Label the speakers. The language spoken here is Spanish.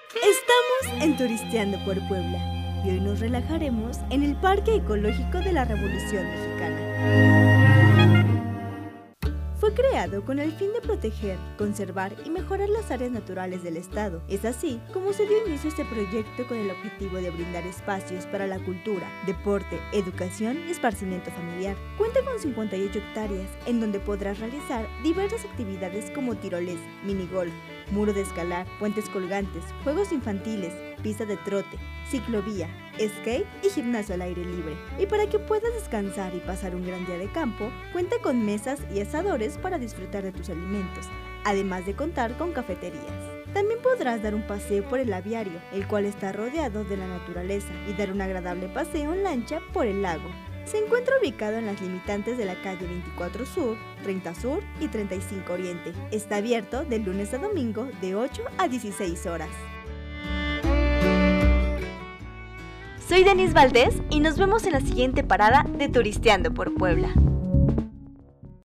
Speaker 1: Estamos en Turisteando por Puebla y hoy nos relajaremos en el Parque Ecológico de la Revolución Mexicana. Fue creado con el fin de proteger, conservar y mejorar las áreas naturales del estado. Es así como se dio inicio a este proyecto con el objetivo de brindar espacios para la cultura, deporte, educación y esparcimiento familiar. Cuenta con 58 hectáreas en donde podrás realizar diversas actividades como tirolesa, minigolf, muro de escalar, puentes colgantes, juegos infantiles, pista de trote, ciclovía, skate y gimnasio al aire libre. Y para que puedas descansar y pasar un gran día de campo, cuenta con mesas y asadores para disfrutar de tus alimentos, además de contar con cafeterías. También podrás dar un paseo por el aviario, el cual está rodeado de la naturaleza, y dar un agradable paseo en lancha por el lago. Se encuentra ubicado en las limitantes de la calle 24 Sur, 30 Sur y 35 Oriente. Está abierto de lunes a domingo de 8 a 16 horas. Soy Denise Valdés y nos vemos en la siguiente parada de Turisteando por Puebla.